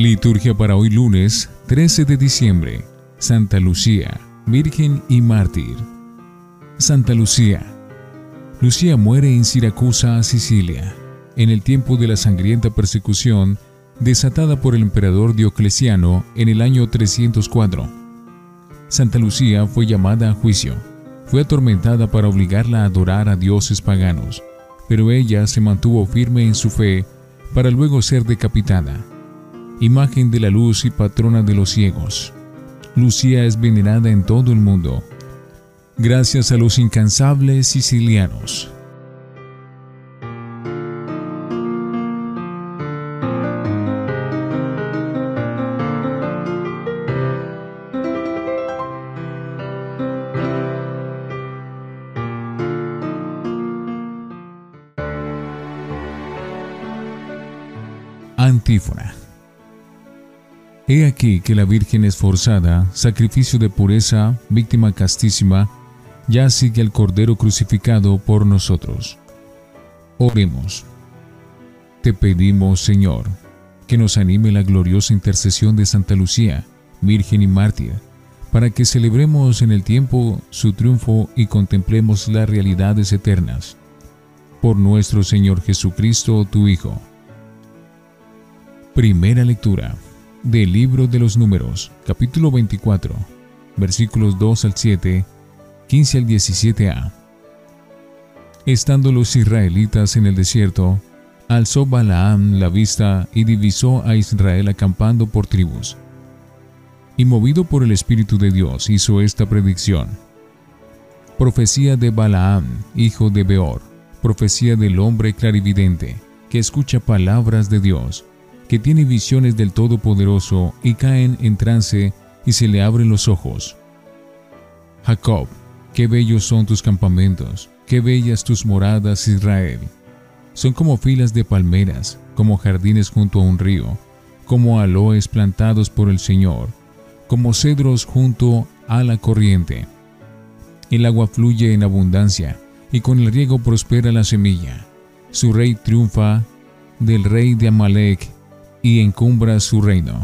Liturgia para hoy lunes 13 de diciembre. Santa Lucía, Virgen y Mártir. Santa Lucía. Lucía muere en Siracusa, Sicilia, en el tiempo de la sangrienta persecución desatada por el emperador Diocleciano en el año 304. Santa Lucía fue llamada a juicio. Fue atormentada para obligarla a adorar a dioses paganos, pero ella se mantuvo firme en su fe para luego ser decapitada. Imagen de la luz y patrona de los ciegos. Lucía es venerada en todo el mundo, gracias a los incansables sicilianos. Antífona. He aquí que la Virgen esforzada, sacrificio de pureza, víctima castísima, ya sigue al Cordero crucificado por nosotros. Oremos. Te pedimos, Señor, que nos anime la gloriosa intercesión de Santa Lucía, Virgen y Mártir, para que celebremos en el tiempo su triunfo y contemplemos las realidades eternas. Por nuestro Señor Jesucristo, tu Hijo. Primera lectura del libro de los Números, capítulo 24, versículos 2 al 7, 15 al 17a. Estando los israelitas en el desierto, alzó Balaam la vista y divisó a Israel acampando por tribus. Y movido por el Espíritu de Dios, hizo esta predicción. Profecía de Balaam, hijo de Beor, profecía del hombre clarividente, que escucha palabras de Dios, que tiene visiones del Todopoderoso y caen en trance y se le abren los ojos. Jacob, qué bellos son tus campamentos, qué bellas tus moradas, Israel. Son como filas de palmeras, como jardines junto a un río, como aloes plantados por el Señor, como cedros junto a la corriente. El agua fluye en abundancia, y con el riego prospera la semilla. Su rey triunfa del rey de Amalec, y encumbra su reino.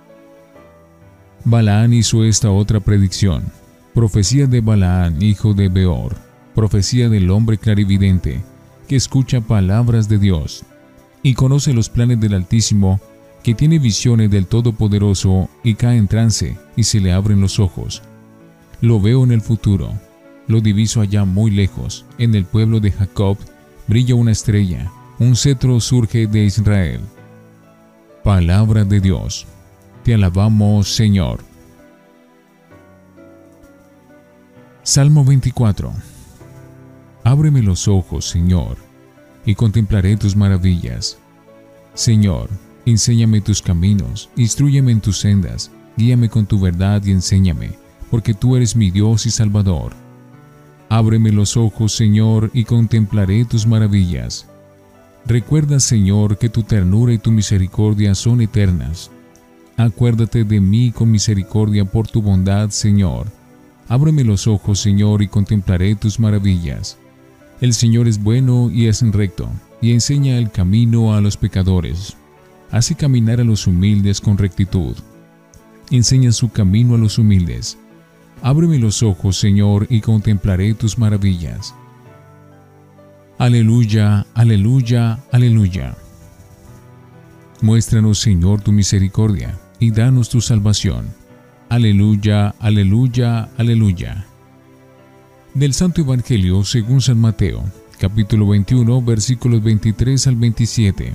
Balaam hizo esta otra predicción. Profecía de Balaam, hijo de Beor, profecía del hombre clarividente, que escucha palabras de Dios, y conoce los planes del Altísimo, que tiene visiones del Todopoderoso, y cae en trance, y se le abren los ojos. Lo veo en el futuro, lo diviso allá muy lejos, en el pueblo de Jacob, brilla una estrella, un cetro surge de Israel. Palabra de Dios. Te alabamos, Señor. Salmo 24. Ábreme los ojos, Señor, y contemplaré tus maravillas. Señor, enséñame tus caminos, instrúyeme en tus sendas, guíame con tu verdad y enséñame, porque tú eres mi Dios y Salvador. Ábreme los ojos, Señor, y contemplaré tus maravillas. Recuerda, Señor, que tu ternura y tu misericordia son eternas. Acuérdate de mí con misericordia por tu bondad, Señor. Ábreme los ojos, Señor, y contemplaré tus maravillas. El Señor es bueno y es recto, y enseña el camino a los pecadores. Hace caminar a los humildes con rectitud. Enseña su camino a los humildes. Ábreme los ojos, Señor, y contemplaré tus maravillas. Aleluya, aleluya, aleluya. Muéstranos, Señor, tu misericordia, y danos tu salvación. Aleluya, aleluya, aleluya. Del Santo Evangelio según San Mateo, capítulo 21, versículos 23 al 27.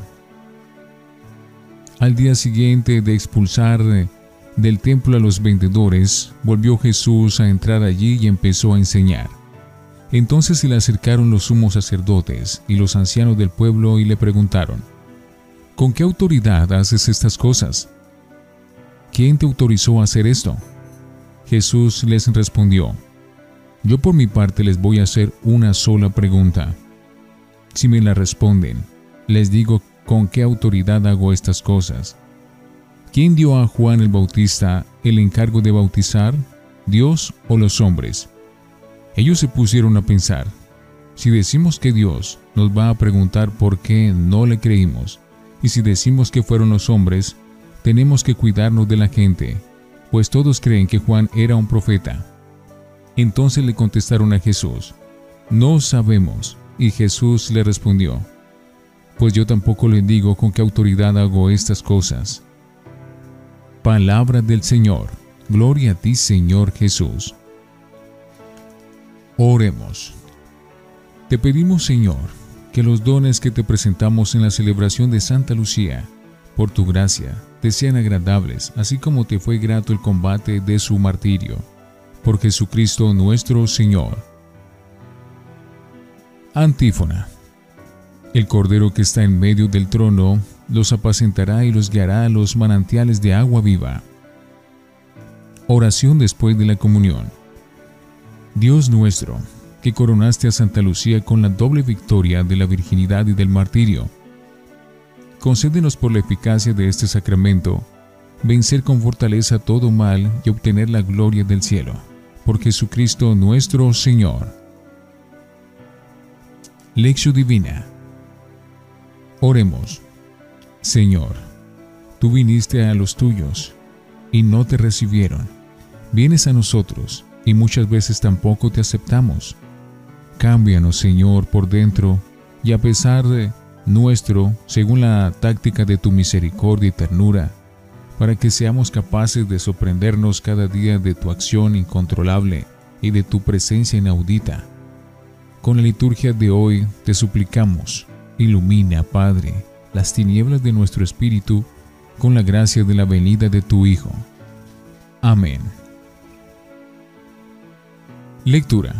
Al día siguiente de expulsar del templo a los vendedores, volvió Jesús a entrar allí y empezó a enseñar. Entonces se le acercaron los sumos sacerdotes y los ancianos del pueblo y le preguntaron: ¿Con qué autoridad haces estas cosas? ¿Quién te autorizó a hacer esto? Jesús les respondió: Yo por mi parte les voy a hacer una sola pregunta. Si me la responden, les digo con qué autoridad hago estas cosas. ¿Quién dio a Juan el Bautista el encargo de bautizar? ¿Dios o los hombres? Ellos se pusieron a pensar: si decimos que Dios, nos va a preguntar por qué no le creímos, y si decimos que fueron los hombres, tenemos que cuidarnos de la gente, pues todos creen que Juan era un profeta. Entonces le contestaron a Jesús: no sabemos. Y Jesús le respondió: pues yo tampoco le digo con qué autoridad hago estas cosas. Palabra del Señor. Gloria a ti, Señor Jesús. Oremos. Te pedimos, Señor, que los dones que te presentamos en la celebración de Santa Lucía, por tu gracia, te sean agradables, así como te fue grato el combate de su martirio. Por Jesucristo nuestro Señor. Antífona. El Cordero que está en medio del trono los apacentará y los guiará a los manantiales de agua viva. Oración después de la comunión. Dios nuestro, que coronaste a Santa Lucía con la doble victoria de la virginidad y del martirio, concédenos por la eficacia de este sacramento vencer con fortaleza todo mal y obtener la gloria del cielo. Por Jesucristo nuestro Señor. Lección Divina. Oremos. Señor, tú viniste a los tuyos y no te recibieron. Vienes a nosotros y muchas veces tampoco te aceptamos. Cámbianos, Señor, por dentro y a pesar de nuestro, según la táctica de tu misericordia y ternura, para que seamos capaces de sorprendernos cada día de tu acción incontrolable y de tu presencia inaudita. Con la liturgia de hoy te suplicamos: ilumina, Padre, las tinieblas de nuestro espíritu con la gracia de la venida de tu Hijo. Amén. Lectura.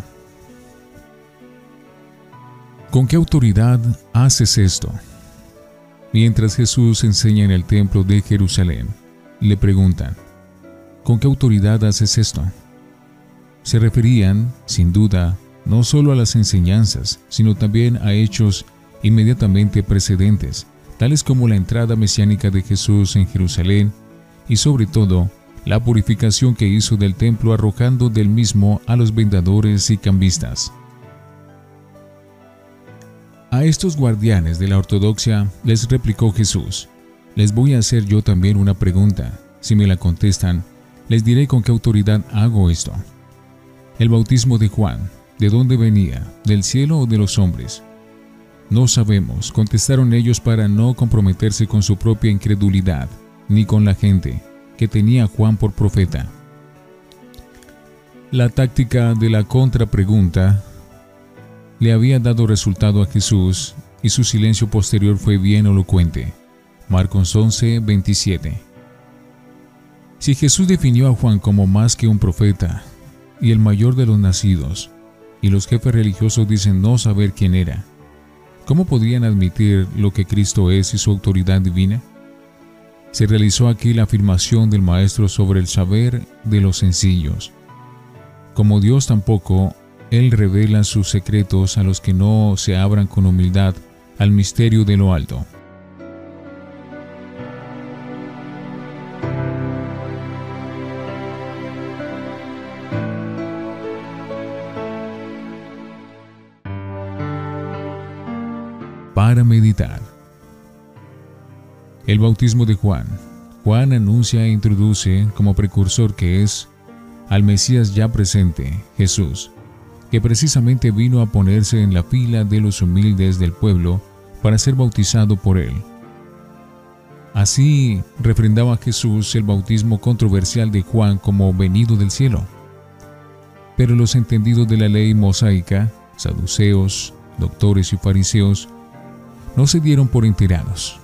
¿Con qué autoridad haces esto? Mientras Jesús enseña en el templo de Jerusalén, le preguntan: ¿con qué autoridad haces esto? Se referían, sin duda, no solo a las enseñanzas, sino también a hechos inmediatamente precedentes, tales como la entrada mesiánica de Jesús en Jerusalén y sobre todo la purificación que hizo del templo arrojando del mismo a los vendedores y cambistas. A estos guardianes de la ortodoxia les replicó Jesús: les voy a hacer yo también una pregunta. Si me la contestan, les diré con qué autoridad hago esto. El bautismo de Juan, ¿de dónde venía? ¿Del cielo o de los hombres? No sabemos, contestaron ellos para no comprometerse con su propia incredulidad, ni con la gente, que tenía a Juan por profeta. La táctica de la contrapregunta le había dado resultado a Jesús y su silencio posterior fue bien elocuente. Marcos 11:27. Si Jesús definió a Juan como más que un profeta y el mayor de los nacidos, y los jefes religiosos dicen no saber quién era, ¿cómo podrían admitir lo que Cristo es y su autoridad divina? Se realizó aquí la afirmación del Maestro sobre el saber de los sencillos. Como Dios tampoco, Él revela sus secretos a los que no se abran con humildad al misterio de lo alto. Para meditar. El bautismo de Juan. Juan anuncia e introduce como precursor que es al Mesías ya presente, Jesús, que precisamente vino a ponerse en la fila de los humildes del pueblo para ser bautizado por él. Así refrendaba Jesús el bautismo controversial de Juan como venido del cielo. Pero los entendidos de la ley mosaica, saduceos, doctores y fariseos, no se dieron por enterados.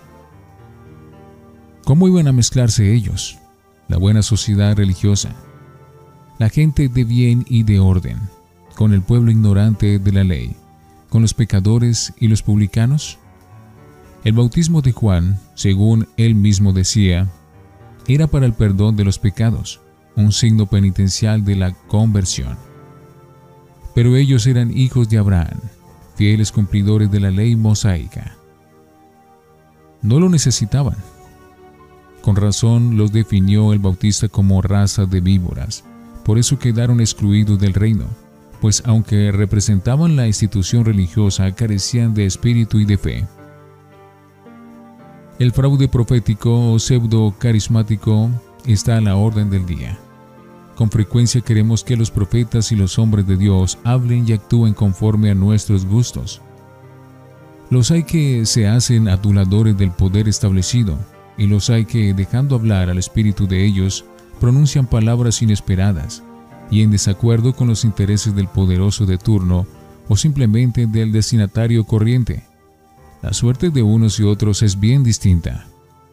¿Cómo iban a mezclarse ellos, la buena sociedad religiosa, la gente de bien y de orden, con el pueblo ignorante de la ley, con los pecadores y los publicanos? El bautismo de Juan, según él mismo decía, era para el perdón de los pecados, un signo penitencial de la conversión. Pero ellos eran hijos de Abraham, fieles cumplidores de la ley mosaica. No lo necesitaban. Con razón los definió el Bautista como raza de víboras, por eso quedaron excluidos del reino, pues aunque representaban la institución religiosa, carecían de espíritu y de fe. El fraude profético o pseudo carismático está a la orden del día. Con frecuencia queremos que los profetas y los hombres de Dios hablen y actúen conforme a nuestros gustos. Los hay que se hacen aduladores del poder establecido, y los hay que, dejando hablar al espíritu de ellos, pronuncian palabras inesperadas y en desacuerdo con los intereses del poderoso de turno o simplemente del destinatario corriente. La suerte de unos y otros es bien distinta.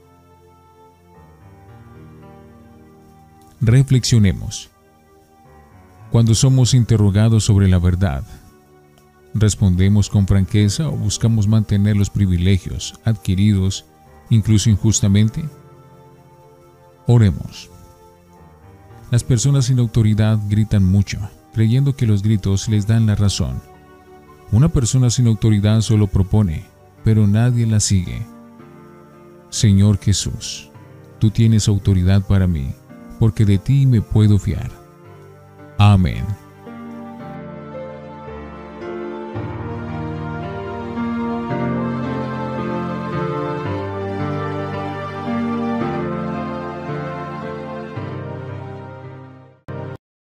Reflexionemos. Cuando somos interrogados sobre la verdad, ¿respondemos con franqueza o buscamos mantener los privilegios adquiridos, incluso injustamente? Oremos. Las personas sin autoridad gritan mucho, creyendo que los gritos les dan la razón. Una persona sin autoridad solo propone, pero nadie la sigue. Señor Jesús, tú tienes autoridad para mí, porque de ti me puedo fiar. Amén.